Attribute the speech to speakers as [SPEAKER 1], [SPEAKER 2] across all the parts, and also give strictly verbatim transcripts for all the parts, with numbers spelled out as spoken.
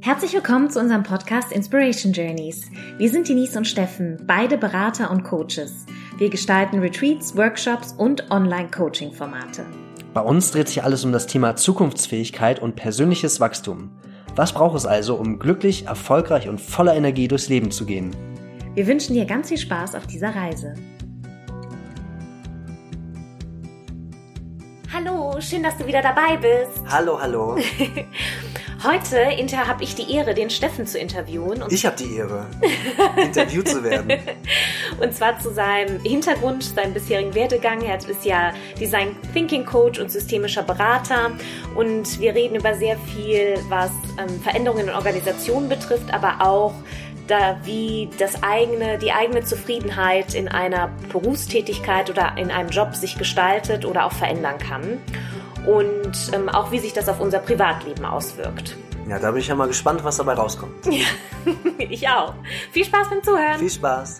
[SPEAKER 1] Herzlich willkommen zu unserem Podcast Inspiration Journeys. Wir sind Denise und Steffen, beide Berater und Coaches. Wir gestalten Retreats, Workshops und Online-Coaching-Formate.
[SPEAKER 2] Bei uns dreht sich alles um das Thema Zukunftsfähigkeit und persönliches Wachstum. Was braucht es also, um glücklich, erfolgreich und voller Energie durchs Leben zu gehen?
[SPEAKER 1] Wir wünschen dir ganz viel Spaß auf dieser Reise. Hallo, schön, dass du wieder dabei bist.
[SPEAKER 2] Hallo, hallo.
[SPEAKER 1] Heute habe ich die Ehre, den Steffen zu interviewen. Und
[SPEAKER 2] ich habe die Ehre, interviewt zu werden.
[SPEAKER 1] Und zwar zu seinem Hintergrund, seinem bisherigen Werdegang. Er ist ja Design Thinking Coach und systemischer Berater. Und wir reden über sehr viel, was ähm, Veränderungen in Organisationen betrifft, aber auch da, wie das eigene, die eigene Zufriedenheit in einer Berufstätigkeit oder in einem Job sich gestaltet oder auch verändern kann. Und ähm, auch wie sich das auf unser Privatleben auswirkt.
[SPEAKER 2] Ja, da bin ich ja mal gespannt, was dabei rauskommt.
[SPEAKER 1] Ja, ich auch. Viel Spaß beim Zuhören.
[SPEAKER 2] Viel Spaß.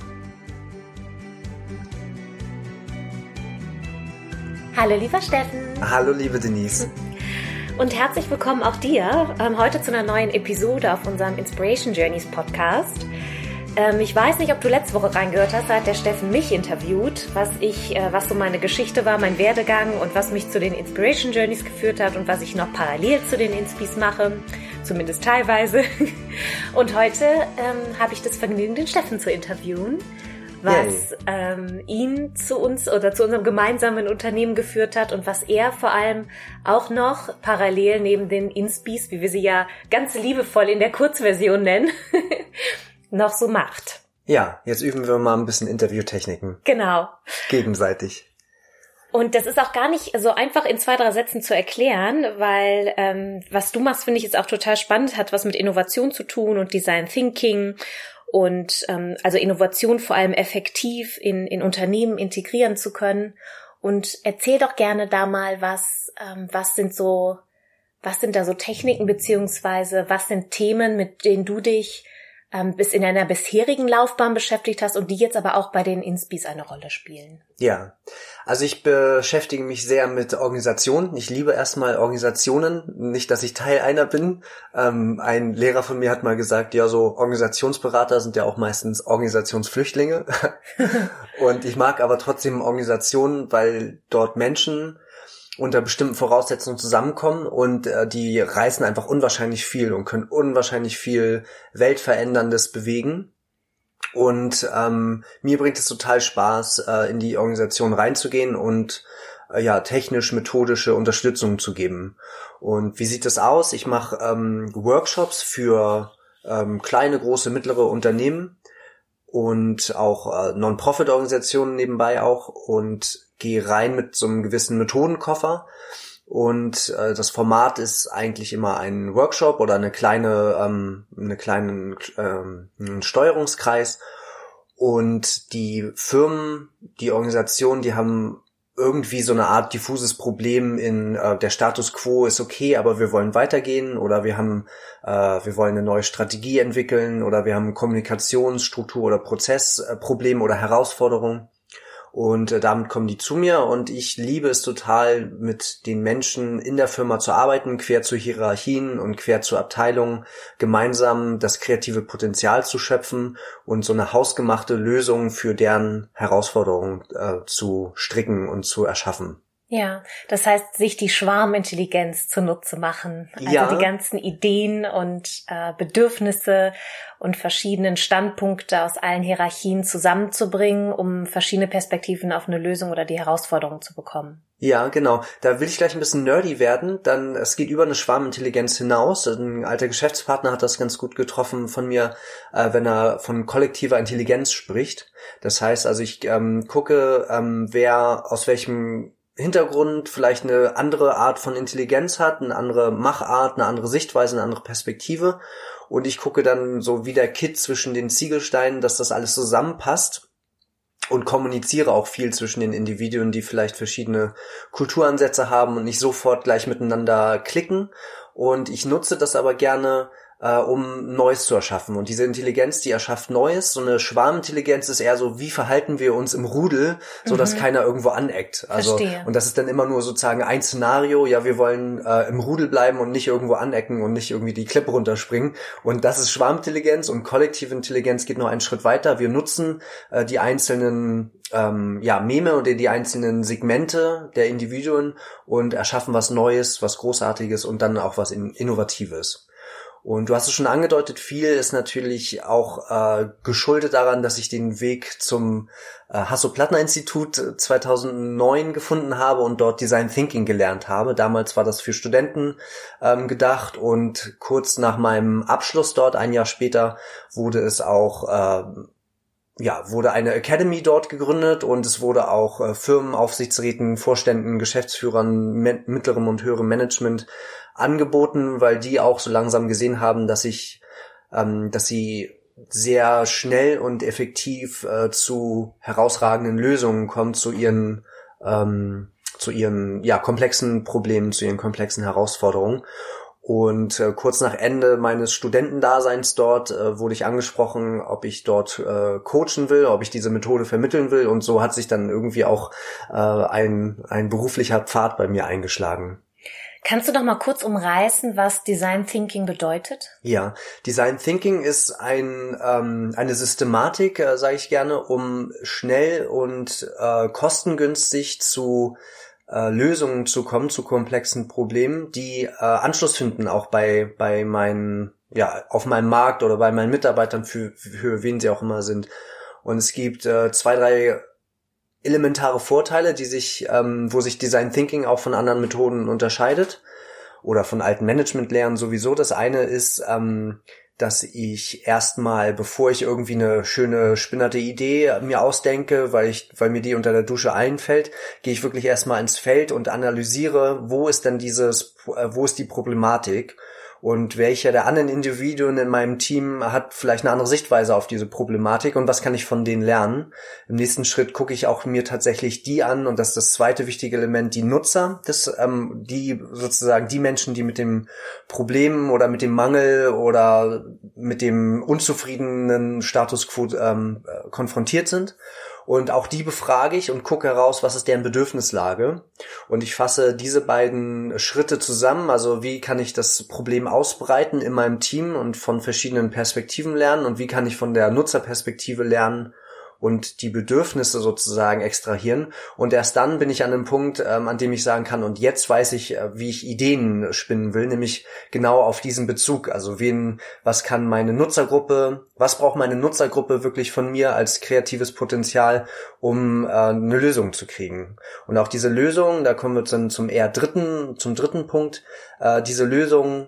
[SPEAKER 1] Hallo, lieber Steffen.
[SPEAKER 2] Hallo, liebe Denise.
[SPEAKER 1] Und herzlich willkommen auch dir ähm, heute zu einer neuen Episode auf unserem Inspiration Journeys Podcast. Ähm, ich weiß nicht, ob du letzte Woche reingehört hast, da hat der Steffen mich interviewt, was ich, äh, was so meine Geschichte war, mein Werdegang und was mich zu den Inspiration Journeys geführt hat und was ich noch parallel zu den Inspis mache, zumindest teilweise. Und heute ähm, habe ich das Vergnügen, den Steffen zu interviewen, was ähm, ihn zu uns oder zu unserem gemeinsamen Unternehmen geführt hat und was er vor allem auch noch parallel neben den Inspis, wie wir sie ja ganz liebevoll in der Kurzversion nennen, noch so macht.
[SPEAKER 2] Ja, jetzt üben wir mal ein bisschen Interviewtechniken.
[SPEAKER 1] Genau.
[SPEAKER 2] Gegenseitig.
[SPEAKER 1] Und das ist auch gar nicht so einfach in zwei, drei Sätzen zu erklären, weil ähm, was du machst, finde ich jetzt auch total spannend, hat was mit Innovation zu tun und Design Thinking und ähm, also Innovation vor allem effektiv in, in Unternehmen integrieren zu können. Und erzähl doch gerne da mal, was ähm, was sind so, was sind da so Techniken beziehungsweise was sind Themen, mit denen du dich bis in deiner bisherigen Laufbahn beschäftigt hast und die jetzt aber auch bei den Inspis eine Rolle spielen.
[SPEAKER 2] Ja, also ich beschäftige mich sehr mit Organisationen. Ich liebe erstmal Organisationen, nicht, dass ich Teil einer bin. Ähm, ein Lehrer von mir hat mal gesagt, ja, so Organisationsberater sind ja auch meistens Organisationsflüchtlinge. Und ich mag aber trotzdem Organisationen, weil dort Menschen unter bestimmten Voraussetzungen zusammenkommen und äh, die reißen einfach unwahrscheinlich viel und können unwahrscheinlich viel Weltveränderndes bewegen. Und ähm, mir bringt es total Spaß, äh, in die Organisation reinzugehen und äh, ja technisch-methodische Unterstützung zu geben. Und wie sieht das aus? Ich mache ähm, Workshops für ähm, kleine, große, mittlere Unternehmen und auch äh, Non-Profit-Organisationen nebenbei auch und gehe rein mit so einem gewissen Methodenkoffer und äh, das Format ist eigentlich immer ein Workshop oder eine kleine, ähm, eine kleinen ähm, ein Steuerungskreis und die Firmen, die Organisationen, die haben irgendwie so eine Art diffuses Problem in äh, der Status quo ist okay, aber wir wollen weitergehen oder wir haben äh, wir wollen eine neue Strategie entwickeln oder wir haben Kommunikationsstruktur oder Prozessprobleme äh, oder Herausforderungen. Und äh, damit kommen die zu mir und ich liebe es total, mit den Menschen in der Firma zu arbeiten, quer zu Hierarchien und quer zu Abteilungen, gemeinsam das kreative Potenzial zu schöpfen und so eine hausgemachte Lösung für deren Herausforderungen äh, zu stricken und zu erschaffen.
[SPEAKER 1] Ja, das heißt, sich die Schwarmintelligenz zunutze machen. Also
[SPEAKER 2] ja.
[SPEAKER 1] Die ganzen Ideen und äh, Bedürfnisse und verschiedenen Standpunkte aus allen Hierarchien zusammenzubringen, um verschiedene Perspektiven auf eine Lösung oder die Herausforderung zu bekommen.
[SPEAKER 2] Ja, genau. Da will ich gleich ein bisschen nerdy werden. Dann, es geht über eine Schwarmintelligenz hinaus. Ein alter Geschäftspartner hat das ganz gut getroffen von mir, äh, wenn er von kollektiver Intelligenz spricht. Das heißt, also ich ähm, gucke, ähm, wer aus welchem Hintergrund vielleicht eine andere Art von Intelligenz hat, eine andere Machart, eine andere Sichtweise, eine andere Perspektive. Und ich gucke dann so wie der Kitt zwischen den Ziegelsteinen, dass das alles zusammenpasst und kommuniziere auch viel zwischen den Individuen, die vielleicht verschiedene Kulturansätze haben und nicht sofort gleich miteinander klicken. Und ich nutze das aber gerne äh, um Neues zu erschaffen. Und diese Intelligenz, die erschafft Neues. So eine Schwarmintelligenz ist eher so, wie verhalten wir uns im Rudel, so dass mhm. keiner irgendwo aneckt. Also Verstehe. Und das ist dann immer nur sozusagen ein Szenario. Ja, wir wollen äh, im Rudel bleiben und nicht irgendwo anecken und nicht irgendwie die Klippe runterspringen. Und das ist Schwarmintelligenz. Und kollektive Intelligenz geht noch einen Schritt weiter. Wir nutzen äh, die einzelnen ähm, ja Meme oder die einzelnen Segmente der Individuen und erschaffen was Neues, was Großartiges und dann auch was Innovatives. Und du hast es schon angedeutet, viel ist natürlich auch äh, geschuldet daran, dass ich den Weg zum äh, Hasso-Plattner-Institut zweitausendneun gefunden habe und dort Design Thinking gelernt habe. Damals war das für Studenten ähm, gedacht und kurz nach meinem Abschluss dort, ein Jahr später, wurde es auch äh, ja, wurde eine Academy dort gegründet und es wurde auch äh, Firmen, Aufsichtsräten, Vorständen, Geschäftsführern, me- mittlerem und höherem Management angeboten, weil die auch so langsam gesehen haben, dass ich, ähm, dass sie sehr schnell und effektiv äh, zu herausragenden Lösungen kommen, zu ihren, ähm, zu ihren, ja, komplexen Problemen, zu ihren komplexen Herausforderungen. Und äh, kurz nach Ende meines Studentendaseins dort äh, wurde ich angesprochen, ob ich dort äh, coachen will, ob ich diese Methode vermitteln will. Und so hat sich dann irgendwie auch äh, ein, ein beruflicher Pfad bei mir eingeschlagen.
[SPEAKER 1] Kannst du doch mal kurz umreißen, was Design Thinking bedeutet?
[SPEAKER 2] Ja, Design Thinking ist ein ähm, eine Systematik, äh, sage ich gerne, um schnell und äh, kostengünstig zu äh, Lösungen zu kommen, zu komplexen Problemen, die äh, Anschluss finden, auch bei bei meinen, ja, auf meinem Markt oder bei meinen Mitarbeitern, für, für wen sie auch immer sind. Und es gibt äh, zwei, drei elementare Vorteile, die sich, ähm, wo sich Design Thinking auch von anderen Methoden unterscheidet oder von alten Managementlehren sowieso. Das eine ist, ähm, dass ich erstmal, bevor ich irgendwie eine schöne spinnerte Idee mir ausdenke, weil ich, weil mir die unter der Dusche einfällt, gehe ich wirklich erstmal ins Feld und analysiere, wo ist denn dieses, äh, wo ist die Problematik? Und welcher der anderen Individuen in meinem Team hat vielleicht eine andere Sichtweise auf diese Problematik und was kann ich von denen lernen? Im nächsten Schritt gucke ich auch mir tatsächlich die an und das ist das zweite wichtige Element, die Nutzer, das, ähm, die sozusagen die Menschen, die mit dem Problem oder mit dem Mangel oder mit dem unzufriedenen Status quo ähm, konfrontiert sind. Und auch die befrage ich und gucke heraus, was ist deren Bedürfnislage. Und ich fasse diese beiden Schritte zusammen. Also wie kann ich das Problem ausbreiten in meinem Team und von verschiedenen Perspektiven lernen? Und wie kann ich von der Nutzerperspektive lernen und die Bedürfnisse sozusagen extrahieren? Und erst dann bin ich an einem Punkt, ähm, an dem ich sagen kann, und jetzt weiß ich, äh, wie ich Ideen spinnen will, nämlich genau auf diesen Bezug. Also wen, was kann meine Nutzergruppe, was braucht meine Nutzergruppe wirklich von mir als kreatives Potenzial, um äh, eine Lösung zu kriegen? Und auch diese Lösung, da kommen wir dann zum eher dritten, zum dritten Punkt, äh, diese Lösung,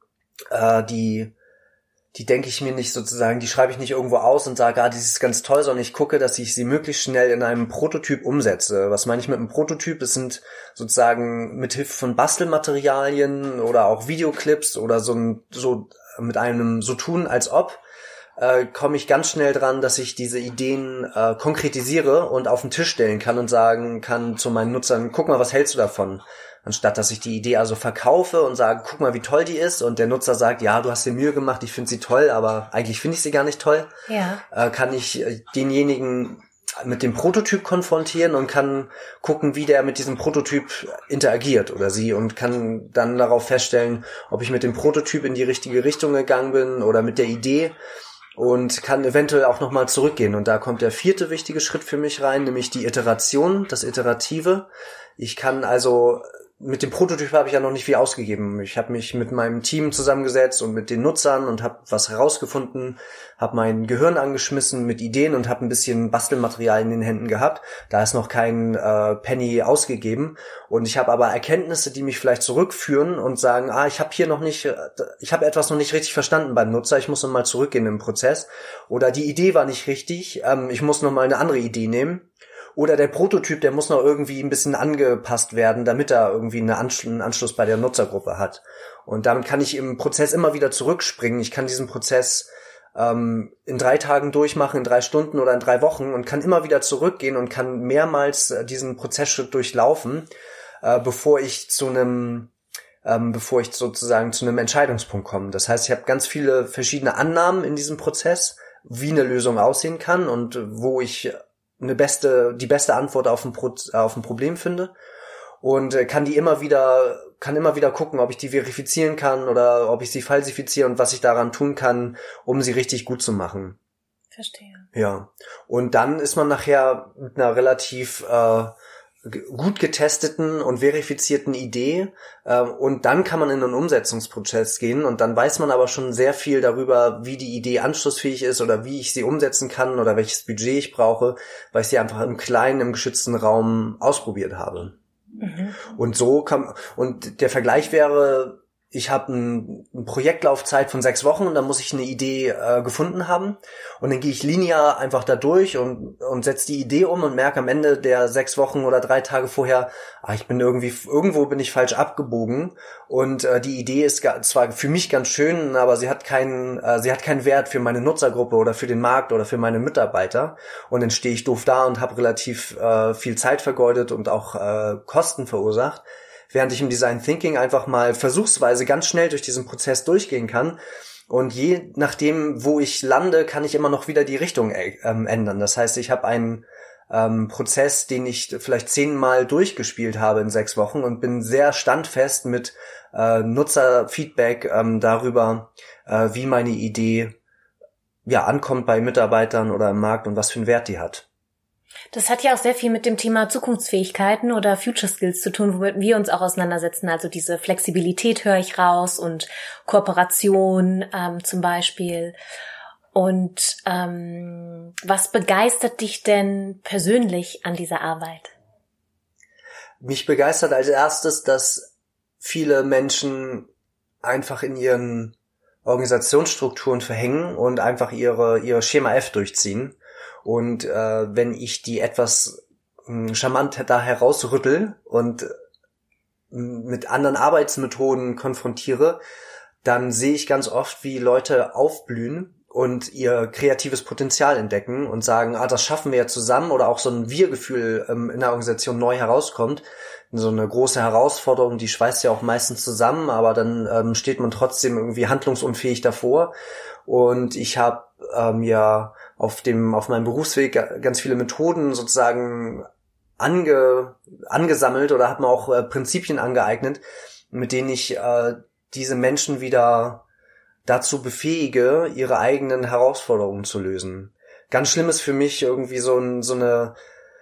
[SPEAKER 2] äh, die die denke ich mir nicht sozusagen, die schreibe ich nicht irgendwo aus und sage, ah, das ist ganz toll, sondern ich gucke, dass ich sie möglichst schnell in einem Prototyp umsetze. Was meine ich mit einem Prototyp? Es sind sozusagen mit Hilfe von Bastelmaterialien oder auch Videoclips oder so, ein, so mit einem so tun, als ob, äh, komme ich ganz schnell dran, dass ich diese Ideen äh, konkretisiere und auf den Tisch stellen kann und sagen kann zu meinen Nutzern, guck mal, was hältst du davon? Anstatt dass ich die Idee also verkaufe und sage, guck mal, wie toll die ist und der Nutzer sagt, ja, du hast dir Mühe gemacht, ich finde sie toll, aber eigentlich finde ich sie gar nicht toll,
[SPEAKER 1] ja.
[SPEAKER 2] äh, kann ich denjenigen mit dem Prototyp konfrontieren und kann gucken, wie der mit diesem Prototyp interagiert oder sie und kann dann darauf feststellen, ob ich mit dem Prototyp in die richtige Richtung gegangen bin oder mit der Idee und kann eventuell auch nochmal zurückgehen. Und da kommt der vierte wichtige Schritt für mich rein, nämlich die Iteration, das Iterative. Ich kann also mit dem Prototyp habe ich ja noch nicht viel ausgegeben. Ich habe mich mit meinem Team zusammengesetzt und mit den Nutzern und habe was herausgefunden, habe mein Gehirn angeschmissen mit Ideen und habe ein bisschen Bastelmaterial in den Händen gehabt. Da ist noch kein äh, Penny ausgegeben und ich habe aber Erkenntnisse, die mich vielleicht zurückführen und sagen, ah, ich habe hier noch nicht, ich habe etwas noch nicht richtig verstanden beim Nutzer, ich muss noch mal zurückgehen im Prozess oder die Idee war nicht richtig, ähm, ich muss noch mal eine andere Idee nehmen. Oder der Prototyp, der muss noch irgendwie ein bisschen angepasst werden, damit er irgendwie einen Anschluss bei der Nutzergruppe hat. Und damit kann ich im Prozess immer wieder zurückspringen. Ich kann diesen Prozess ähm, in drei Tagen durchmachen, in drei Stunden oder in drei Wochen und kann immer wieder zurückgehen und kann mehrmals äh, diesen Prozessschritt durchlaufen, äh, bevor ich zu einem ähm, bevor ich sozusagen zu einem Entscheidungspunkt komme. Das heißt, ich habe ganz viele verschiedene Annahmen in diesem Prozess, wie eine Lösung aussehen kann und wo ich eine beste, die beste Antwort auf ein, Pro, auf ein Problem finde und kann die immer wieder, kann immer wieder gucken, ob ich die verifizieren kann oder ob ich sie falsifiziere und was ich daran tun kann, um sie richtig gut zu machen.
[SPEAKER 1] Verstehe.
[SPEAKER 2] Ja. Und dann ist man nachher mit einer relativ äh, gut getesteten und verifizierten Idee äh, und dann kann man in einen Umsetzungsprozess gehen und dann weiß man aber schon sehr viel darüber, wie die Idee anschlussfähig ist oder wie ich sie umsetzen kann oder welches Budget ich brauche, weil ich sie einfach im kleinen, im geschützten Raum ausprobiert habe. Mhm. Und so kann, und der Vergleich wäre, ich habe ein, eine Projektlaufzeit von sechs Wochen und dann muss ich eine Idee äh, gefunden haben und dann gehe ich linear einfach da durch und und setze die Idee um und merke am Ende der sechs Wochen oder drei Tage vorher, ah, ich bin irgendwie, irgendwo bin ich falsch abgebogen und äh, die Idee ist ga, zwar für mich ganz schön, aber sie hat keinen, äh, sie hat keinen Wert für meine Nutzergruppe oder für den Markt oder für meine Mitarbeiter und dann stehe ich doof da und habe relativ äh, viel Zeit vergeudet und auch äh, Kosten verursacht. Während ich im Design Thinking einfach mal versuchsweise ganz schnell durch diesen Prozess durchgehen kann. Und je nachdem, wo ich lande, kann ich immer noch wieder die Richtung äh, ändern. Das heißt, ich habe einen ähm, Prozess, den ich vielleicht zehnmal durchgespielt habe in sechs Wochen und bin sehr standfest mit äh, Nutzerfeedback ähm, darüber, äh, wie meine Idee ja ankommt bei Mitarbeitern oder im Markt und was für einen Wert die hat.
[SPEAKER 1] Das hat ja auch sehr viel mit dem Thema Zukunftsfähigkeiten oder Future Skills zu tun, womit wir uns auch auseinandersetzen. Also diese Flexibilität höre ich raus und Kooperation ähm, zum Beispiel. Und ähm, was begeistert dich denn persönlich an dieser Arbeit?
[SPEAKER 2] Mich begeistert als erstes, dass viele Menschen einfach in ihren Organisationsstrukturen verhängen und einfach ihre ihr Schema F durchziehen. Und äh, wenn ich die etwas mh, charmant da herausrüttel und mh, mit anderen Arbeitsmethoden konfrontiere, dann sehe ich ganz oft, wie Leute aufblühen und ihr kreatives Potenzial entdecken und sagen, ah, das schaffen wir ja zusammen, oder auch so ein Wir-Gefühl ähm, in der Organisation neu herauskommt. So eine große Herausforderung, die schweißt ja auch meistens zusammen, aber dann ähm, steht man trotzdem irgendwie handlungsunfähig davor. Und ich habe ähm, ja auf dem auf meinem Berufsweg ganz viele Methoden sozusagen ange, angesammelt oder habe mir auch äh, Prinzipien angeeignet, mit denen ich äh, diese Menschen wieder dazu befähige, ihre eigenen Herausforderungen zu lösen. Ganz schlimm ist für mich irgendwie so, ein, so eine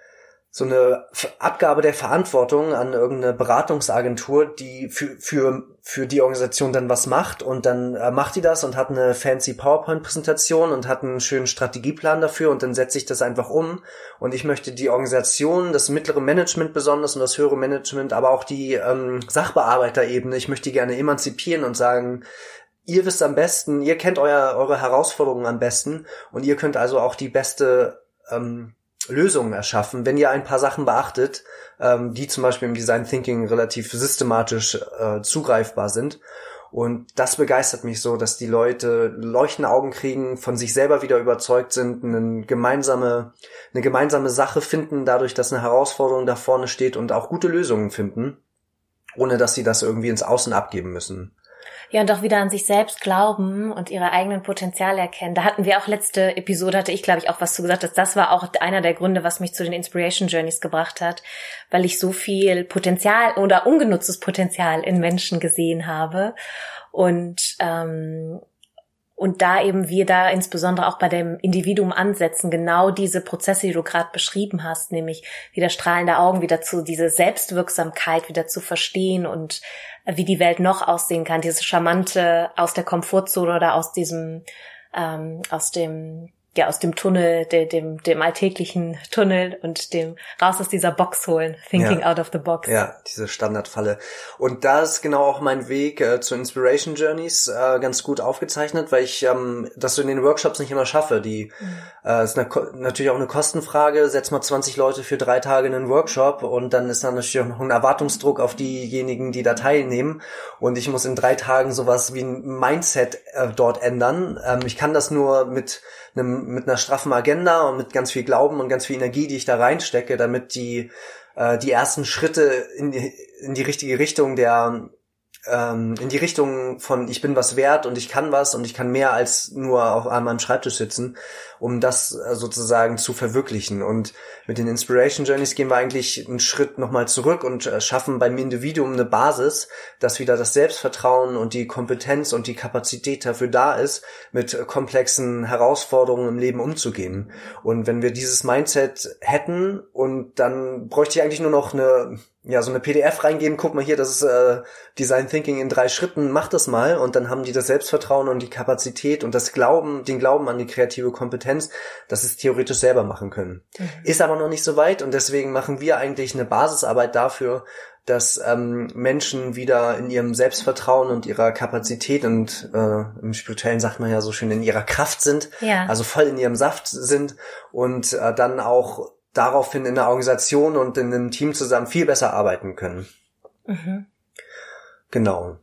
[SPEAKER 2] so eine Abgabe der Verantwortung an irgendeine Beratungsagentur, die für für für die Organisation dann was macht, und dann äh, macht die das und hat eine fancy PowerPoint-Präsentation und hat einen schönen Strategieplan dafür, und dann setze ich das einfach um. Und ich möchte die Organisation, das mittlere Management besonders und das höhere Management, aber auch die ähm, Sachbearbeiterebene, ich möchte die gerne emanzipieren und sagen, ihr wisst am besten, ihr kennt euer, eure Herausforderungen am besten, und ihr könnt also auch die beste ähm, Lösungen erschaffen, wenn ihr ein paar Sachen beachtet, ähm, die zum Beispiel im Design Thinking relativ systematisch äh, zugreifbar sind. Und das begeistert mich so, dass die Leute leuchtende Augen kriegen, von sich selber wieder überzeugt sind, eine gemeinsame, eine gemeinsame Sache finden, dadurch, dass eine Herausforderung da vorne steht, und auch gute Lösungen finden, ohne dass sie das irgendwie ins Außen abgeben müssen.
[SPEAKER 1] Ja, und auch wieder an sich selbst glauben und ihre eigenen Potenziale erkennen. Da hatten wir auch letzte Episode, hatte ich, glaube ich, auch was zu gesagt, dass das war auch einer der Gründe, was mich zu den Inspiration Journeys gebracht hat, weil ich so viel Potenzial oder ungenutztes Potenzial in Menschen gesehen habe. Und ähm, und da eben wir da insbesondere auch bei dem Individuum ansetzen, genau diese Prozesse, die du gerade beschrieben hast, nämlich wieder strahlende Augen, wieder zu diese Selbstwirksamkeit wieder zu verstehen und wie die Welt noch aussehen kann, dieses charmante aus der Komfortzone oder aus diesem ähm, aus dem ja aus dem Tunnel, de, dem dem alltäglichen Tunnel und dem raus aus dieser Box holen, thinking
[SPEAKER 2] ja.
[SPEAKER 1] out of the box.
[SPEAKER 2] Ja, diese Standardfalle. Und da ist genau auch mein Weg äh, zu Inspiration Journeys äh, ganz gut aufgezeichnet, weil ich ähm, das so in den Workshops nicht immer schaffe. Die mhm. äh, ist eine, natürlich auch eine Kostenfrage. Setz mal zwanzig Leute für drei Tage in einen Workshop, und dann ist da natürlich auch noch ein Erwartungsdruck auf diejenigen, die da teilnehmen. Und ich muss in drei Tagen sowas wie ein Mindset äh, dort ändern. Ähm, ich kann das nur mit einem, mit einer straffen Agenda und mit ganz viel Glauben und ganz viel Energie, die ich da reinstecke, damit die äh, die ersten Schritte in die, in die richtige Richtung der ähm, in die Richtung von ich bin was wert und ich kann was und ich kann mehr als nur auf an meinem Schreibtisch sitzen, um das äh, sozusagen zu verwirklichen. Und mit den Inspiration Journeys gehen wir eigentlich einen Schritt nochmal zurück und äh, schaffen beim Individuum eine Basis, dass wieder das Selbstvertrauen und die Kompetenz und die Kapazität dafür da ist, mit äh, komplexen Herausforderungen im Leben umzugehen. Und wenn wir dieses Mindset hätten und dann bräuchte ich eigentlich nur noch eine ja, so eine P D F reingeben, guck mal hier, das ist äh, Design Thinking in drei Schritten, mach das mal und dann haben die das Selbstvertrauen und die Kapazität und das Glauben, den Glauben an die kreative Kompetenz, dass sie es theoretisch selber machen können. Mhm. Ist aber noch nicht so weit und deswegen machen wir eigentlich eine Basisarbeit dafür, dass ähm, Menschen wieder in ihrem Selbstvertrauen und ihrer Kapazität und äh, im Spirituellen sagt man ja so schön, in ihrer Kraft sind, ja. Also voll in ihrem Saft sind und äh, dann auch daraufhin in der Organisation und in einem Team zusammen viel besser arbeiten können. Mhm. Genau.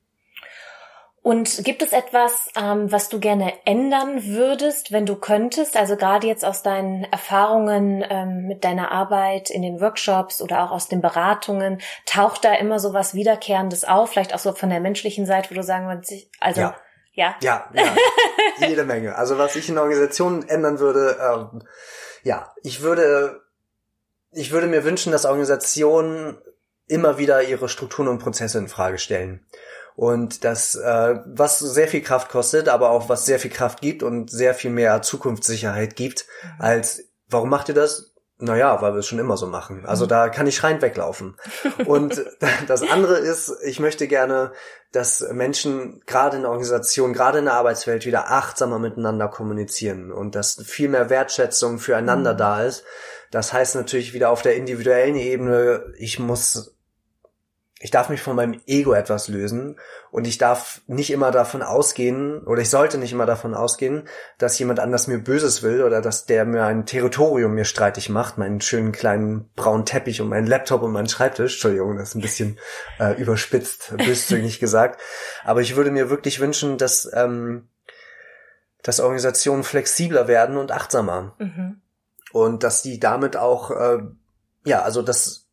[SPEAKER 1] Und gibt es etwas, ähm, was du gerne ändern würdest, wenn du könntest? Also gerade jetzt aus deinen Erfahrungen ähm, mit deiner Arbeit in den Workshops oder auch aus den Beratungen, taucht da immer so was Wiederkehrendes auf? Vielleicht auch so von der menschlichen Seite, wo du sagen würdest, also
[SPEAKER 2] ja.
[SPEAKER 1] Ja,
[SPEAKER 2] ja, ja jede Menge. Also was ich in der Organisation ändern würde, ähm, ja, ich würde, ich würde mir wünschen, dass Organisationen immer wieder ihre Strukturen und Prozesse in Frage stellen. Und das, äh, was sehr viel Kraft kostet, aber auch was sehr viel Kraft gibt und sehr viel mehr Zukunftssicherheit gibt, mhm. als, warum macht ihr das? Naja, weil wir es schon immer so machen. Also da kann ich schreiend weglaufen. Und das andere ist, ich möchte gerne, dass Menschen gerade in der Organisation, gerade in der Arbeitswelt wieder achtsamer miteinander kommunizieren und dass viel mehr Wertschätzung füreinander mhm. da ist. Das heißt natürlich wieder auf der individuellen Ebene, ich muss Ich darf mich von meinem Ego etwas lösen und ich darf nicht immer davon ausgehen, oder ich sollte nicht immer davon ausgehen, dass jemand anders mir Böses will oder dass der mir ein Territorium mir streitig macht, meinen schönen kleinen braunen Teppich und meinen Laptop und meinen Schreibtisch. Entschuldigung, das ist ein bisschen äh, überspitzt, böszügig gesagt. Aber ich würde mir wirklich wünschen, dass, ähm, dass Organisationen flexibler werden und achtsamer. Mhm. Und dass die damit auch, äh, ja, also das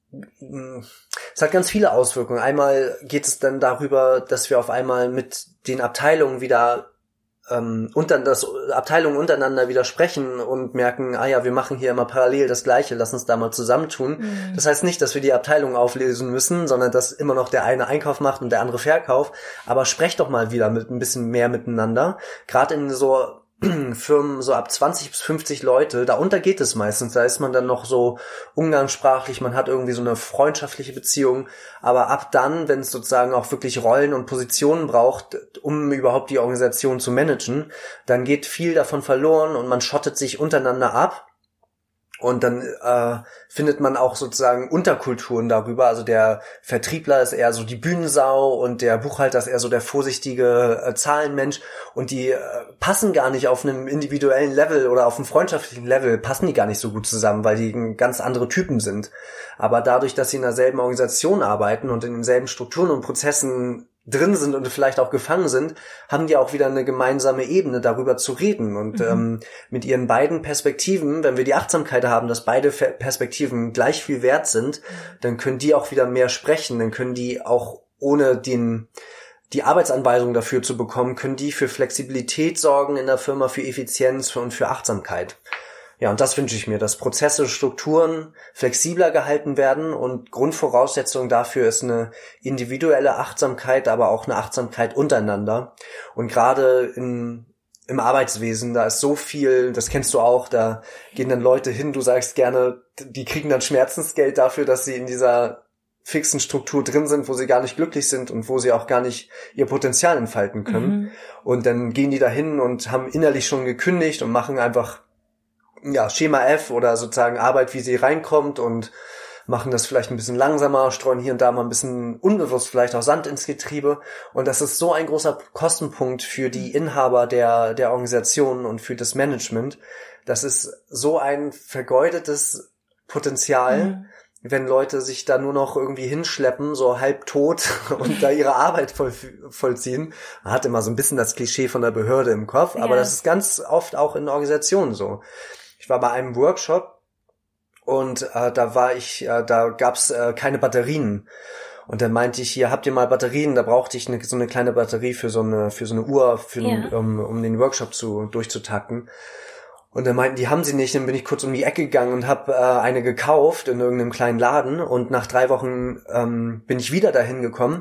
[SPEAKER 2] Es hat ganz viele Auswirkungen. Einmal geht es dann darüber, dass wir auf einmal mit den Abteilungen wieder ähm, unter das Abteilungen untereinander wieder sprechen und merken, ah ja, wir machen hier immer parallel das Gleiche, lass uns da mal zusammentun. Mhm. Das heißt nicht, dass wir die Abteilungen auflösen müssen, sondern dass immer noch der eine Einkauf macht und der andere Verkauf. Aber sprecht doch mal wieder mit ein bisschen mehr miteinander. Gerade in so Firmen so ab zwanzig bis fünfzig Leute, darunter geht es meistens, da ist man dann noch so umgangssprachlich, man hat irgendwie so eine freundschaftliche Beziehung, aber ab dann, wenn es sozusagen auch wirklich Rollen und Positionen braucht, um überhaupt die Organisation zu managen, dann geht viel davon verloren und man schottet sich untereinander ab. Und dann äh, findet man auch sozusagen Unterkulturen darüber. Also der Vertriebler ist eher so die Bühnensau und der Buchhalter ist eher so der vorsichtige äh, Zahlenmensch. Und die äh, passen gar nicht auf einem individuellen Level oder auf einem freundschaftlichen Level, passen die gar nicht so gut zusammen, weil die ganz andere Typen sind. Aber dadurch, dass sie in derselben Organisation arbeiten und in denselben Strukturen und Prozessen drin sind und vielleicht auch gefangen sind, haben die auch wieder eine gemeinsame Ebene, darüber zu reden. Und mhm. ähm, mit ihren beiden Perspektiven, wenn wir die Achtsamkeit haben, dass beide Perspektiven gleich viel wert sind, dann können die auch wieder mehr sprechen, dann können die auch ohne den die Arbeitsanweisung dafür zu bekommen, können die für Flexibilität sorgen in der Firma, für Effizienz und für Achtsamkeit. Ja, und das wünsche ich mir, dass Prozesse, Strukturen flexibler gehalten werden und Grundvoraussetzung dafür ist eine individuelle Achtsamkeit, aber auch eine Achtsamkeit untereinander. Und gerade in, im Arbeitswesen, da ist so viel, das kennst du auch, da gehen dann Leute hin, du sagst gerne, die kriegen dann Schmerzensgeld dafür, dass sie in dieser fixen Struktur drin sind, wo sie gar nicht glücklich sind und wo sie auch gar nicht ihr Potenzial entfalten können. Mhm. Und dann gehen die da hin und haben innerlich schon gekündigt und machen einfach ja, Schema F oder sozusagen Arbeit, wie sie reinkommt und machen das vielleicht ein bisschen langsamer, streuen hier und da mal ein bisschen unbewusst vielleicht auch Sand ins Getriebe. Und das ist so ein großer Kostenpunkt für die Inhaber der, der Organisation und für das Management. Das ist so ein vergeudetes Potenzial, mhm. wenn Leute sich da nur noch irgendwie hinschleppen, so halb tot und da ihre Arbeit voll, vollziehen. Man hat immer so ein bisschen das Klischee von der Behörde im Kopf, aber ja. das ist ganz oft auch in Organisationen so. Ich war bei einem Workshop und äh, da war ich, äh, da gab's äh, keine Batterien. Und dann meinte ich, hier habt ihr mal Batterien, da brauchte ich eine, so eine kleine Batterie für so eine für so eine Uhr, für
[SPEAKER 1] Ja.
[SPEAKER 2] einen, um, um den Workshop zu durchzutakten. Und dann meinten die, haben sie nicht. Dann bin ich kurz um die Ecke gegangen und habe äh, eine gekauft in irgendeinem kleinen Laden. Und nach drei Wochen ähm, bin ich wieder dahin gekommen.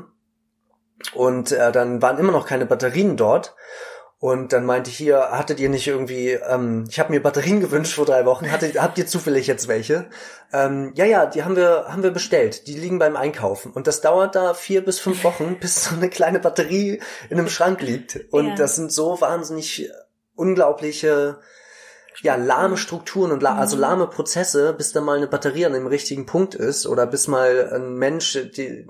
[SPEAKER 2] Und äh, dann waren immer noch keine Batterien dort. Und dann meinte ich, hier, hattet ihr nicht irgendwie, ähm, ich habe mir Batterien gewünscht vor drei Wochen, hattet, habt ihr zufällig jetzt welche? Ähm, ja, ja, die haben wir haben wir bestellt, die liegen beim Einkaufen. Und das dauert da vier bis fünf Wochen, bis so eine kleine Batterie in einem Schrank liegt. Und
[SPEAKER 1] Ja.
[SPEAKER 2] das sind so wahnsinnig unglaubliche, ja, lahme Strukturen und la- also lahme Prozesse, bis da mal eine Batterie an dem richtigen Punkt ist oder bis mal ein Mensch die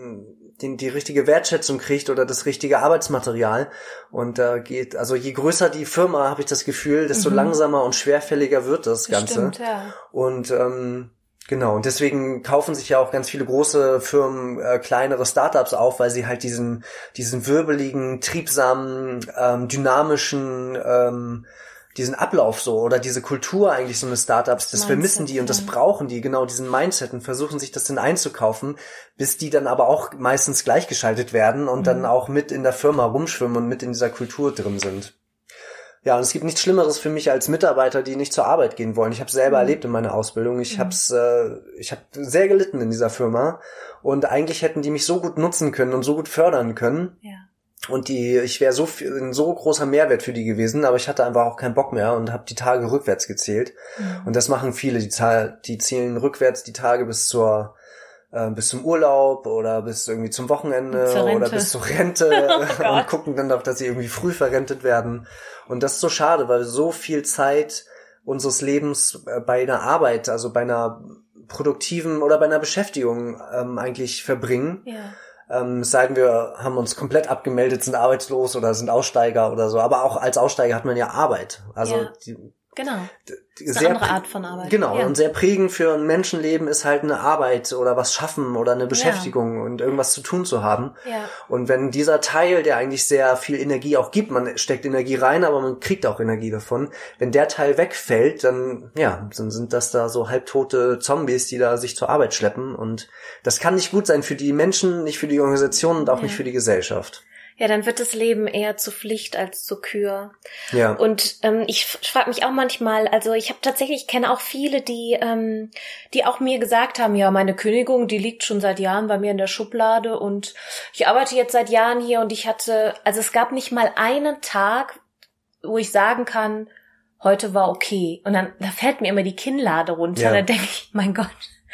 [SPEAKER 2] Die, die richtige Wertschätzung kriegt oder das richtige Arbeitsmaterial. Und da äh, geht, also je größer die Firma, habe ich das Gefühl, desto
[SPEAKER 1] Mhm.
[SPEAKER 2] langsamer und schwerfälliger wird das Ganze.
[SPEAKER 1] Stimmt, ja.
[SPEAKER 2] Und ähm, genau, und deswegen kaufen sich ja auch ganz viele große Firmen äh, kleinere Startups auf, weil sie halt diesen diesen wirbeligen, triebsamen, ähm, dynamischen ähm, diesen Ablauf so oder diese Kultur eigentlich so eine Startups, das
[SPEAKER 1] Mindset,
[SPEAKER 2] vermissen die und das
[SPEAKER 1] ja.
[SPEAKER 2] brauchen die, genau diesen Mindset und versuchen sich das dann einzukaufen, bis die dann aber auch meistens gleichgeschaltet werden und
[SPEAKER 1] Mhm.
[SPEAKER 2] dann auch mit in der Firma rumschwimmen und mit in dieser Kultur drin sind. Ja, und es gibt nichts Schlimmeres für mich als Mitarbeiter, die nicht zur Arbeit gehen wollen. Ich habe es selber
[SPEAKER 1] Mhm.
[SPEAKER 2] erlebt in meiner Ausbildung. Ich
[SPEAKER 1] Mhm.
[SPEAKER 2] hab's, äh, ich habe sehr gelitten in dieser Firma und eigentlich hätten die mich so gut nutzen können und so gut fördern können.
[SPEAKER 1] Ja.
[SPEAKER 2] Und die, ich wäre so viel, ein so großer Mehrwert für die gewesen, aber ich hatte einfach auch keinen Bock mehr und habe die Tage rückwärts gezählt.
[SPEAKER 1] Mhm.
[SPEAKER 2] Und das machen viele, die, zahl, die zählen rückwärts die Tage bis zur äh, bis zum Urlaub oder bis irgendwie zum Wochenende
[SPEAKER 1] Zur Rente.
[SPEAKER 2] oder bis zur Rente
[SPEAKER 1] Oh
[SPEAKER 2] und gucken dann doch, dass sie irgendwie früh verrentet werden. Und das ist so schade, weil wir so viel Zeit unseres Lebens äh, bei einer Arbeit, also bei einer produktiven oder bei einer Beschäftigung ähm, eigentlich verbringen.
[SPEAKER 1] Ja.
[SPEAKER 2] Ähm, es sei denn, wir haben uns komplett abgemeldet, sind arbeitslos oder sind Aussteiger oder so. Aber auch als Aussteiger hat man ja Arbeit. Also
[SPEAKER 1] Ja.
[SPEAKER 2] die,
[SPEAKER 1] Genau.
[SPEAKER 2] die
[SPEAKER 1] Das ist
[SPEAKER 2] sehr
[SPEAKER 1] eine andere
[SPEAKER 2] prä-
[SPEAKER 1] Art von Arbeit.
[SPEAKER 2] Genau.
[SPEAKER 1] Ja.
[SPEAKER 2] Und sehr prägend für ein Menschenleben ist halt eine Arbeit oder was schaffen oder eine Beschäftigung und irgendwas zu tun zu haben.
[SPEAKER 1] Ja.
[SPEAKER 2] Und wenn dieser Teil, der eigentlich sehr viel Energie auch gibt, man steckt Energie rein, aber man kriegt auch Energie davon, wenn der Teil wegfällt, dann, ja, dann sind das da so halbtote Zombies, die da sich zur Arbeit schleppen. Und das kann nicht gut sein für die Menschen, nicht für die Organisation und auch
[SPEAKER 1] Ja.
[SPEAKER 2] nicht für die Gesellschaft.
[SPEAKER 1] Ja, dann wird das Leben eher zur Pflicht als zur Kür.
[SPEAKER 2] Ja.
[SPEAKER 1] Und ähm, ich frage mich auch manchmal, also ich habe tatsächlich, ich kenne auch viele, die ähm, die auch mir gesagt haben, ja, meine Kündigung, die liegt schon seit Jahren bei mir in der Schublade und ich arbeite jetzt seit Jahren hier und ich hatte, also es gab nicht mal einen Tag, wo ich sagen kann, heute war okay. Und dann da fällt mir immer die Kinnlade runter.
[SPEAKER 2] Ja.
[SPEAKER 1] Da denke ich, mein Gott.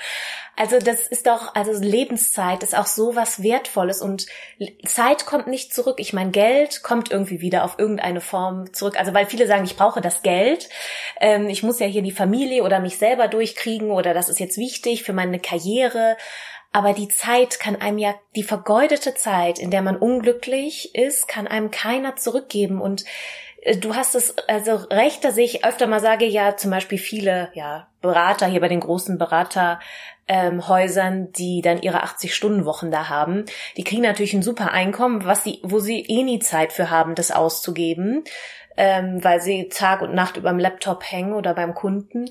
[SPEAKER 1] Also das ist doch, also Lebenszeit ist auch so was Wertvolles und Zeit kommt nicht zurück. Ich meine, Geld kommt irgendwie wieder auf irgendeine Form zurück. Also weil viele sagen, ich brauche das Geld. Ähm, ich muss ja hier die Familie oder mich selber durchkriegen oder das ist jetzt wichtig für meine Karriere. Aber die Zeit kann einem ja, die vergeudete Zeit, in der man unglücklich ist, kann einem keiner zurückgeben. Und äh, du hast es also recht, dass ich öfter mal sage, ja, zum Beispiel viele, ja, Berater hier bei den großen Berater, Ähm, Häusern, die dann ihre achtzig-Stunden-Wochen da haben, die kriegen natürlich ein super Einkommen, was sie, wo sie eh nie Zeit für haben, das auszugeben, ähm, weil sie Tag und Nacht überm Laptop hängen oder beim Kunden.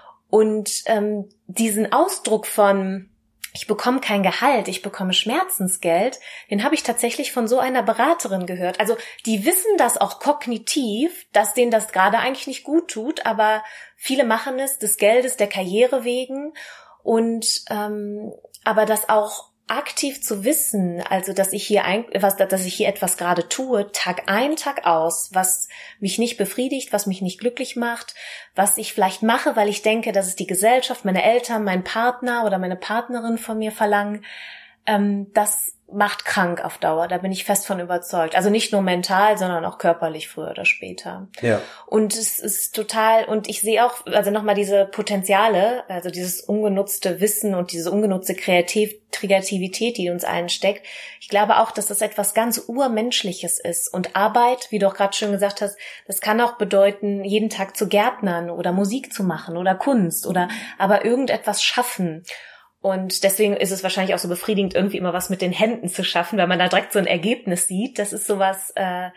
[SPEAKER 1] Und ähm, diesen Ausdruck von ich bekomme kein Gehalt, ich bekomme Schmerzensgeld, den habe ich tatsächlich von so einer Beraterin gehört. Also die wissen das auch kognitiv, dass denen das gerade eigentlich nicht gut tut, aber viele machen es des Geldes, der Karriere wegen. Und ähm, aber das auch aktiv zu wissen, also dass ich hier ein, was, dass ich hier etwas gerade tue, Tag ein, Tag aus, was mich nicht befriedigt, was mich nicht glücklich macht, was ich vielleicht mache, weil ich denke, dass es die Gesellschaft, meine Eltern, mein Partner oder meine Partnerin von mir verlangen, ähm, das macht krank auf Dauer. Da bin ich fest von überzeugt. Also nicht nur mental, sondern auch körperlich früher oder später.
[SPEAKER 2] Ja.
[SPEAKER 1] Und es ist total, und ich sehe auch, also nochmal diese Potenziale, also dieses ungenutzte Wissen und diese ungenutzte Kreativ- Kreativität, die in uns allen steckt. Ich glaube auch, dass das etwas ganz Urmenschliches ist. Und Arbeit, wie du auch gerade schon gesagt hast, das kann auch bedeuten, jeden Tag zu gärtnern oder Musik zu machen oder Kunst oder aber irgendetwas schaffen. Und deswegen ist es wahrscheinlich auch so befriedigend, irgendwie immer was mit den Händen zu schaffen, weil man da direkt so ein Ergebnis sieht. Das ist sowas, äh,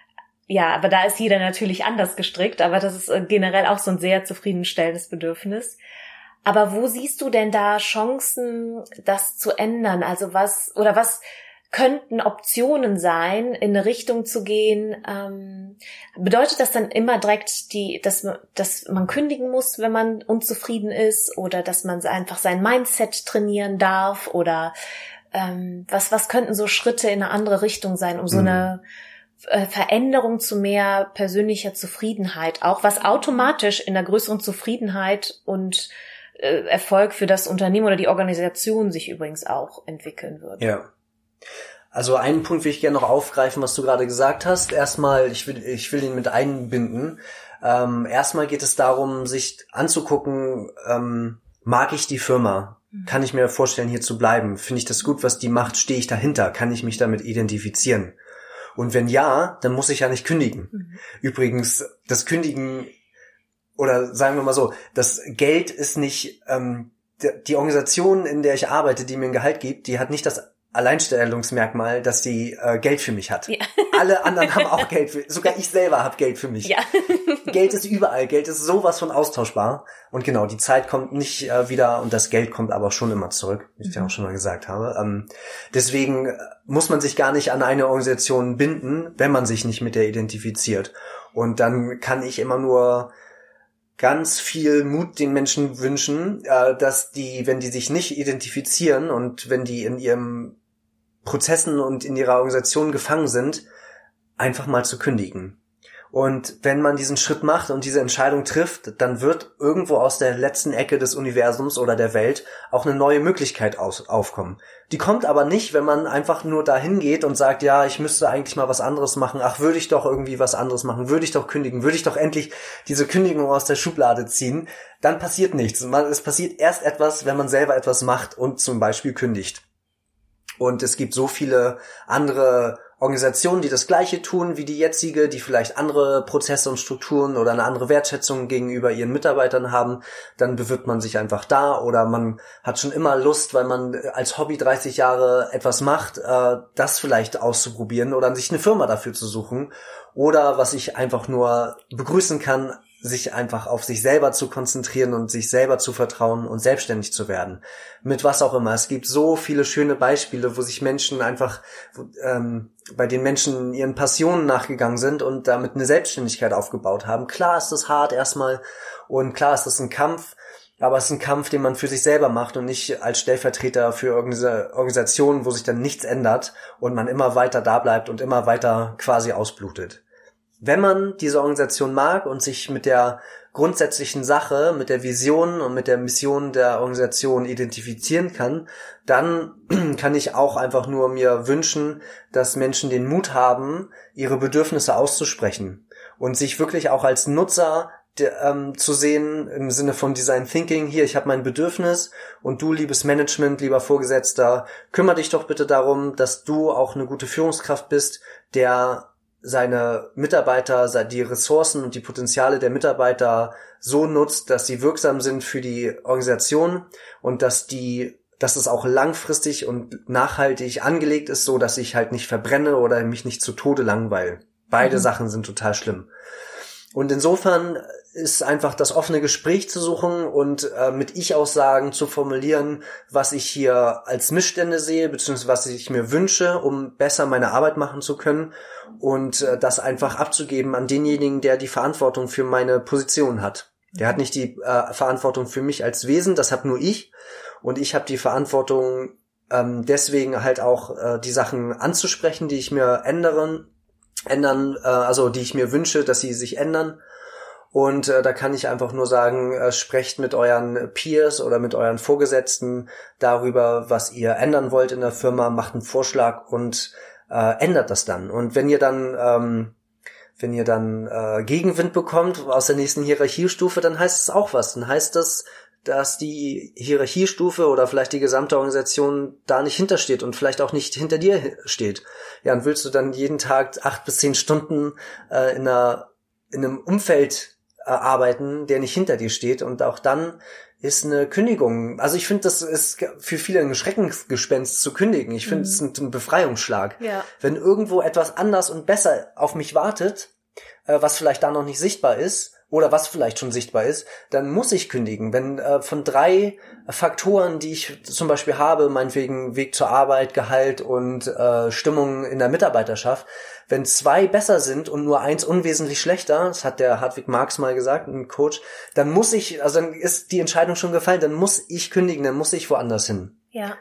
[SPEAKER 1] ja, aber da ist jeder natürlich anders gestrickt, aber das ist äh, generell auch so ein sehr zufriedenstellendes Bedürfnis. Aber wo siehst du denn da Chancen, das zu ändern? Also was, oder was könnten Optionen sein, in eine Richtung zu gehen? Ähm, bedeutet das dann immer direkt, die, dass man, dass man kündigen muss, wenn man unzufrieden ist, oder dass man einfach sein Mindset trainieren darf? Oder ähm, was, was könnten so Schritte in eine andere Richtung sein, um so mhm. eine äh, Veränderung zu mehr persönlicher Zufriedenheit, auch was automatisch in einer größeren Zufriedenheit und äh, Erfolg für das Unternehmen oder die Organisation sich übrigens auch entwickeln würde?
[SPEAKER 2] Ja. Also einen Punkt will ich gerne noch aufgreifen, was du gerade gesagt hast. Erstmal, ich will, ich will ihn mit einbinden. Ähm, erstmal geht es darum, sich anzugucken, ähm, mag ich die Firma? Mhm. Kann ich mir vorstellen, hier zu bleiben? Finde ich das gut, was die macht? Stehe ich dahinter? Kann ich mich damit identifizieren? Und wenn ja, dann muss ich ja nicht kündigen. Mhm. Übrigens, das Kündigen, oder sagen wir mal so, das Geld ist nicht, ähm, die Organisation, in der ich arbeite, die mir ein Gehalt gibt, die hat nicht das Alleinstellungsmerkmal, dass sie äh, Geld für mich hat. Ja. Alle anderen haben auch Geld für, sogar ich selber habe Geld für mich. Ja. Geld ist überall, Geld ist sowas von austauschbar. Und genau, die Zeit kommt nicht äh, wieder und das Geld kommt aber schon immer zurück, wie ich mhm. ja auch schon mal gesagt habe. Ähm, deswegen muss man sich gar nicht an eine Organisation binden, wenn man sich nicht mit der identifiziert. Und dann kann ich immer nur ganz viel Mut den Menschen wünschen, äh, dass die, wenn die sich nicht identifizieren und wenn die in ihren Prozessen und in ihrer Organisation gefangen sind, einfach mal zu kündigen. Und wenn man diesen Schritt macht und diese Entscheidung trifft, dann wird irgendwo aus der letzten Ecke des Universums oder der Welt auch eine neue Möglichkeit aus, aufkommen. Die kommt aber nicht, wenn man einfach nur dahin geht und sagt, ja, ich müsste eigentlich mal was anderes machen. Ach, würde ich doch irgendwie was anderes machen? Würde ich doch kündigen? Würde ich doch endlich diese Kündigung aus der Schublade ziehen? Dann passiert nichts. Es passiert erst etwas, wenn man selber etwas macht und zum Beispiel kündigt. Und es gibt so viele andere Organisationen, die das Gleiche tun wie die jetzige, die vielleicht andere Prozesse und Strukturen oder eine andere Wertschätzung gegenüber ihren Mitarbeitern haben, dann bewirbt man sich einfach da, oder man hat schon immer Lust, weil man als Hobby dreißig Jahre etwas macht, äh, das vielleicht auszuprobieren oder sich eine Firma dafür zu suchen. Oder was ich einfach nur begrüßen kann, sich einfach auf sich selber zu konzentrieren und sich selber zu vertrauen und selbstständig zu werden. Mit was auch immer. Es gibt so viele schöne Beispiele, wo sich Menschen einfach, ähm, bei den Menschen ihren Passionen nachgegangen sind und damit eine Selbstständigkeit aufgebaut haben. Klar ist das hart erstmal und klar ist das ein Kampf, aber es ist ein Kampf, den man für sich selber macht und nicht als Stellvertreter für Organisationen, wo sich dann nichts ändert und man immer weiter da bleibt und immer weiter quasi ausblutet. Wenn man diese Organisation mag und sich mit der grundsätzlichen Sache, mit der Vision und mit der Mission der Organisation identifizieren kann, dann kann ich auch einfach nur mir wünschen, dass Menschen den Mut haben, ihre Bedürfnisse auszusprechen und sich wirklich auch als Nutzer de, ähm, zu sehen im Sinne von Design Thinking. Hier, ich habe mein Bedürfnis und du, liebes Management, lieber Vorgesetzter, kümmere dich doch bitte darum, dass du auch eine gute Führungskraft bist, der seine Mitarbeiter, die Ressourcen und die Potenziale der Mitarbeiter so nutzt, dass sie wirksam sind für die Organisation und dass die, dass es auch langfristig und nachhaltig angelegt ist, so dass ich halt nicht verbrenne oder mich nicht zu Tode langweile. Beide mhm. Sachen sind total schlimm. Und insofern ist einfach das offene Gespräch zu suchen und äh, mit Ich-Aussagen zu formulieren, was ich hier als Missstände sehe, beziehungsweise was ich mir wünsche, um besser meine Arbeit machen zu können, und äh, das einfach abzugeben an denjenigen, der die Verantwortung für meine Position hat. Der hat nicht die äh, Verantwortung für mich als Wesen, das habe nur ich, und ich habe die Verantwortung, ähm, deswegen halt auch äh, die Sachen anzusprechen, die ich mir ändern, ändern, äh, also die ich mir wünsche, dass sie sich ändern. Und äh, da kann ich einfach nur sagen, äh, sprecht mit euren Peers oder mit euren Vorgesetzten darüber, was ihr ändern wollt in der Firma, macht einen Vorschlag und äh, ändert das dann. Und wenn ihr dann ähm, wenn ihr dann äh, Gegenwind bekommt aus der nächsten Hierarchiestufe, dann heißt es auch was. Dann heißt das, dass die Hierarchiestufe oder vielleicht die gesamte Organisation da nicht hintersteht und vielleicht auch nicht hinter dir steht. Ja, und willst du dann jeden Tag acht bis zehn Stunden äh, in einer in einem Umfeld äh, arbeiten, der nicht hinter dir steht, und auch dann ist eine Kündigung, also ich finde, das ist für viele ein Schreckensgespenst zu kündigen. Ich finde, es mhm. ist ein Befreiungsschlag. Ja. Wenn irgendwo etwas anders und besser auf mich wartet, äh, was vielleicht da noch nicht sichtbar ist, oder was vielleicht schon sichtbar ist, dann muss ich kündigen. Wenn äh, von drei Faktoren, die ich zum Beispiel habe, meinetwegen Weg zur Arbeit, Gehalt und äh, Stimmung in der Mitarbeiterschaft, wenn zwei besser sind und nur eins unwesentlich schlechter, das hat der Hartwig Marx mal gesagt, ein Coach, dann muss ich, also dann ist die Entscheidung schon gefallen, dann muss ich kündigen, dann muss ich woanders hin.
[SPEAKER 1] Ja.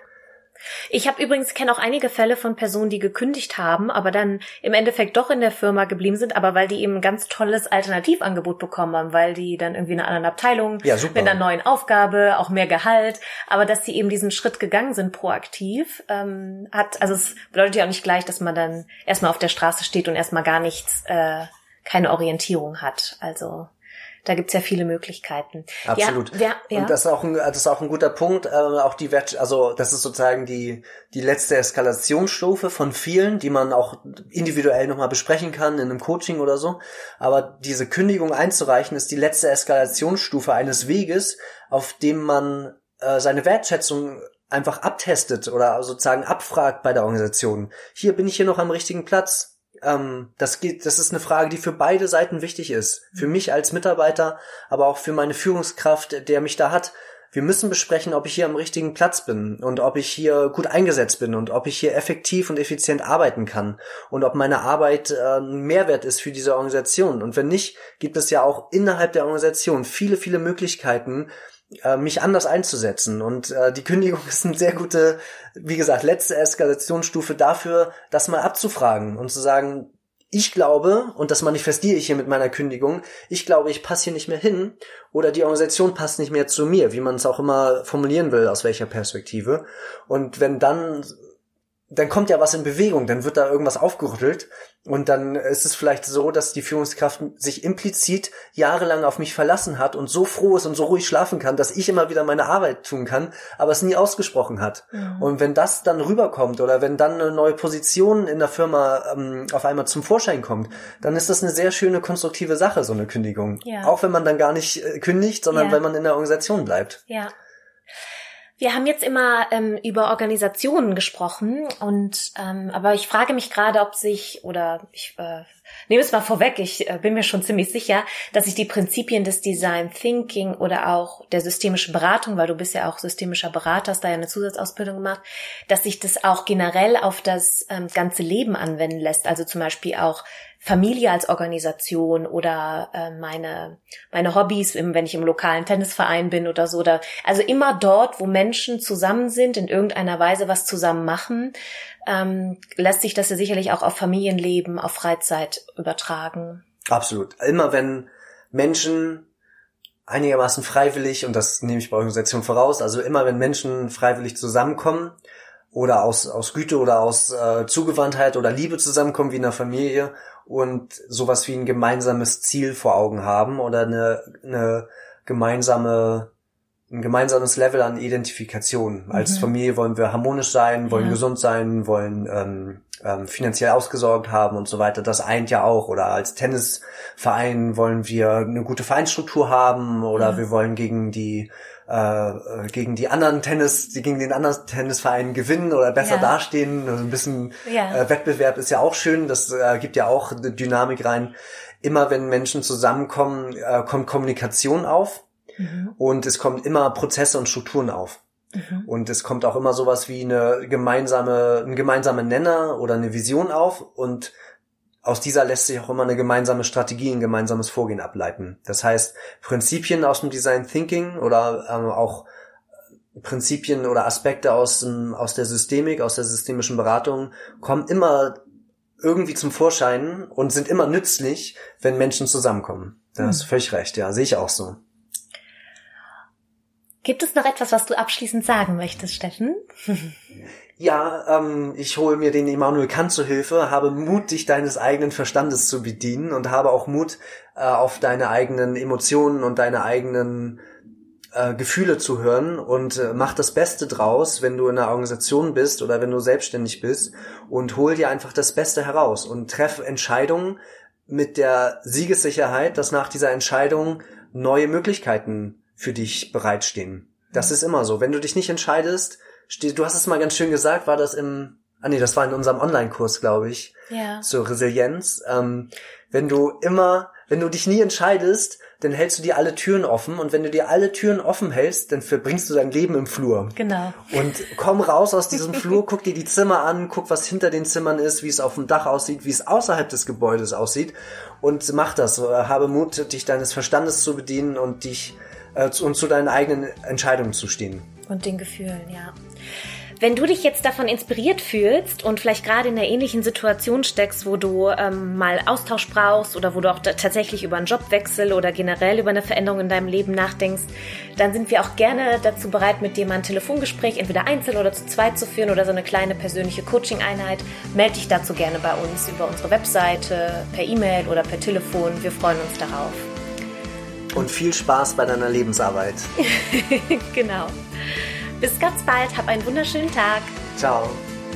[SPEAKER 1] Ich habe übrigens, kenne auch einige Fälle von Personen, die gekündigt haben, aber dann im Endeffekt doch in der Firma geblieben sind, aber weil die eben ein ganz tolles Alternativangebot bekommen haben, weil die dann irgendwie in einer anderen Abteilung,
[SPEAKER 2] ja, super,
[SPEAKER 1] mit einer neuen Aufgabe, auch mehr Gehalt, aber dass sie eben diesen Schritt gegangen sind, proaktiv, ähm, hat, also es bedeutet ja auch nicht gleich, dass man dann erstmal auf der Straße steht und erstmal gar nichts, äh, keine Orientierung hat, also da gibt's ja viele Möglichkeiten.
[SPEAKER 2] Absolut.
[SPEAKER 1] Ja, ja.
[SPEAKER 2] Und das ist auch ein, das ist auch ein guter Punkt. Äh, auch die Wert, also das ist sozusagen die die letzte Eskalationsstufe von vielen, die man auch individuell nochmal besprechen kann in einem Coaching oder so. Aber diese Kündigung einzureichen ist die letzte Eskalationsstufe eines Weges, auf dem man äh, seine Wertschätzung einfach abtestet oder sozusagen abfragt bei der Organisation. Hier bin ich hier noch am richtigen Platz. Ähm, das geht, das ist eine Frage, die für beide Seiten wichtig ist. Für mich als Mitarbeiter, aber auch für meine Führungskraft, der mich da hat. Wir müssen besprechen, ob ich hier am richtigen Platz bin und ob ich hier gut eingesetzt bin und ob ich hier effektiv und effizient arbeiten kann und ob meine Arbeit äh, ein Mehrwert ist für diese Organisation. Und wenn nicht, gibt es ja auch innerhalb der Organisation viele, viele Möglichkeiten, mich anders einzusetzen. Und äh, die Kündigung ist eine sehr gute, wie gesagt, letzte Eskalationsstufe dafür, das mal abzufragen und zu sagen, ich glaube, und das manifestiere ich hier mit meiner Kündigung, ich glaube, ich passe hier nicht mehr hin oder die Organisation passt nicht mehr zu mir, wie man es auch immer formulieren will, aus welcher Perspektive. Und wenn dann dann kommt ja was in Bewegung, dann wird da irgendwas aufgerüttelt und dann ist es vielleicht so, dass die Führungskraft sich implizit jahrelang auf mich verlassen hat und so froh ist und so ruhig schlafen kann, dass ich immer wieder meine Arbeit tun kann, aber es nie ausgesprochen hat. Mhm. Und wenn das dann rüberkommt oder wenn dann eine neue Position in der Firma ähm, auf einmal zum Vorschein kommt, dann ist das eine sehr schöne, konstruktive Sache, so eine Kündigung. Ja. Auch wenn man dann gar nicht äh, kündigt, sondern ja. wenn man in der Organisation bleibt.
[SPEAKER 1] Ja. Wir haben jetzt immer ähm, über Organisationen gesprochen und ähm, aber ich frage mich gerade, ob sich oder ich äh, nehme es mal vorweg, ich äh, bin mir schon ziemlich sicher, dass sich die Prinzipien des Design Thinking oder auch der systemischen Beratung, weil du bist ja auch systemischer Berater, hast da ja eine Zusatzausbildung gemacht, dass sich das auch generell auf das ähm, ganze Leben anwenden lässt, also zum Beispiel auch Familie als Organisation oder äh, meine meine Hobbys, wenn ich im lokalen Tennisverein bin oder so. Oder, also immer dort, wo Menschen zusammen sind, in irgendeiner Weise was zusammen machen, ähm, lässt sich das ja sicherlich auch auf Familienleben, auf Freizeit übertragen.
[SPEAKER 2] Absolut. Immer wenn Menschen einigermaßen freiwillig, und das nehme ich bei Organisationen voraus, also immer wenn Menschen freiwillig zusammenkommen oder aus aus Güte oder aus äh, Zugewandtheit oder Liebe zusammenkommen wie in einer Familie und sowas wie ein gemeinsames Ziel vor Augen haben oder eine, eine gemeinsame, ein gemeinsames Level an Identifikation. Mhm. Als Familie wollen wir harmonisch sein, wollen ja. gesund sein, wollen ähm, ähm, finanziell ausgesorgt haben und so weiter. Das eint ja auch. Oder als Tennisverein wollen wir eine gute Vereinsstruktur haben oder ja. wir wollen gegen die äh, gegen die anderen Tennis, die gegen den anderen Tennisverein gewinnen oder besser ja. dastehen. Also ein bisschen ja. äh, Wettbewerb ist ja auch schön, das äh, gibt ja auch eine Dynamik rein. Immer wenn Menschen zusammenkommen, äh, kommt Kommunikation auf mhm. und es kommen immer Prozesse und Strukturen auf. Mhm. Und es kommt auch immer sowas wie eine gemeinsame, ein gemeinsamer Nenner oder eine Vision auf und aus dieser lässt sich auch immer eine gemeinsame Strategie, ein gemeinsames Vorgehen ableiten. Das heißt, Prinzipien aus dem Design Thinking oder ähm, auch Prinzipien oder Aspekte aus dem, aus der Systemik, aus der systemischen Beratung kommen immer irgendwie zum Vorschein und sind immer nützlich, wenn Menschen zusammenkommen. Da hast du völlig recht, ja, sehe ich auch so.
[SPEAKER 1] Gibt es noch etwas, was du abschließend sagen möchtest, Steffen?
[SPEAKER 2] Ja, ähm, ich hole mir den Immanuel Kant zu Hilfe, habe Mut, dich deines eigenen Verstandes zu bedienen und habe auch Mut, äh, auf deine eigenen Emotionen und deine eigenen äh, Gefühle zu hören und äh, mach das Beste draus, wenn du in einer Organisation bist oder wenn du selbstständig bist und hol dir einfach das Beste heraus und treff Entscheidungen mit der Siegessicherheit, dass nach dieser Entscheidung neue Möglichkeiten für dich bereitstehen. Das ist immer so. Wenn du dich nicht entscheidest, du hast es mal ganz schön gesagt, war das im, ah nee, das war in unserem Online-Kurs, glaube ich,
[SPEAKER 1] ja.
[SPEAKER 2] zur Resilienz. Ähm, wenn du immer, wenn du dich nie entscheidest, dann hältst du dir alle Türen offen und wenn du dir alle Türen offen hältst, dann verbringst du dein Leben im Flur.
[SPEAKER 1] Genau.
[SPEAKER 2] Und komm raus aus diesem Flur, guck dir die Zimmer an, guck, was hinter den Zimmern ist, wie es auf dem Dach aussieht, wie es außerhalb des Gebäudes aussieht und mach das. Habe Mut, dich deines Verstandes zu bedienen und dich äh, und zu deinen eigenen Entscheidungen zu stehen.
[SPEAKER 1] Und den Gefühlen, ja. Wenn du dich jetzt davon inspiriert fühlst und vielleicht gerade in einer ähnlichen Situation steckst, wo du ähm, mal Austausch brauchst oder wo du auch t- tatsächlich über einen Jobwechsel oder generell über eine Veränderung in deinem Leben nachdenkst, dann sind wir auch gerne dazu bereit, mit dir mal ein Telefongespräch entweder einzeln oder zu zweit zu führen oder so eine kleine persönliche Coaching-Einheit. Melde dich dazu gerne bei uns über unsere Webseite, per E-Mail oder per Telefon. Wir freuen uns darauf.
[SPEAKER 2] Und viel Spaß bei deiner Lebensarbeit.
[SPEAKER 1] Genau. Bis ganz bald, hab einen wunderschönen Tag.
[SPEAKER 2] Ciao.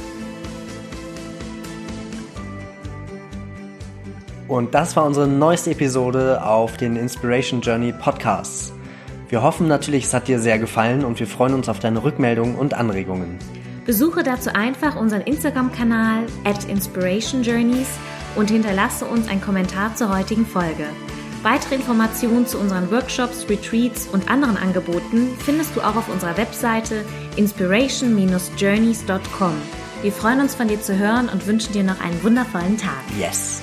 [SPEAKER 2] Und das war unsere neueste Episode auf den Inspiration Journey Podcasts. Wir hoffen natürlich, es hat dir sehr gefallen und wir freuen uns auf deine Rückmeldungen und Anregungen.
[SPEAKER 1] Besuche dazu einfach unseren Instagram-Kanal at Inspiration Journeys und hinterlasse uns einen Kommentar zur heutigen Folge. Weitere Informationen zu unseren Workshops, Retreats und anderen Angeboten findest du auch auf unserer Webseite inspiration dash journeys dot com. Wir freuen uns, von dir zu hören und wünschen dir noch einen wundervollen Tag.
[SPEAKER 2] Yes!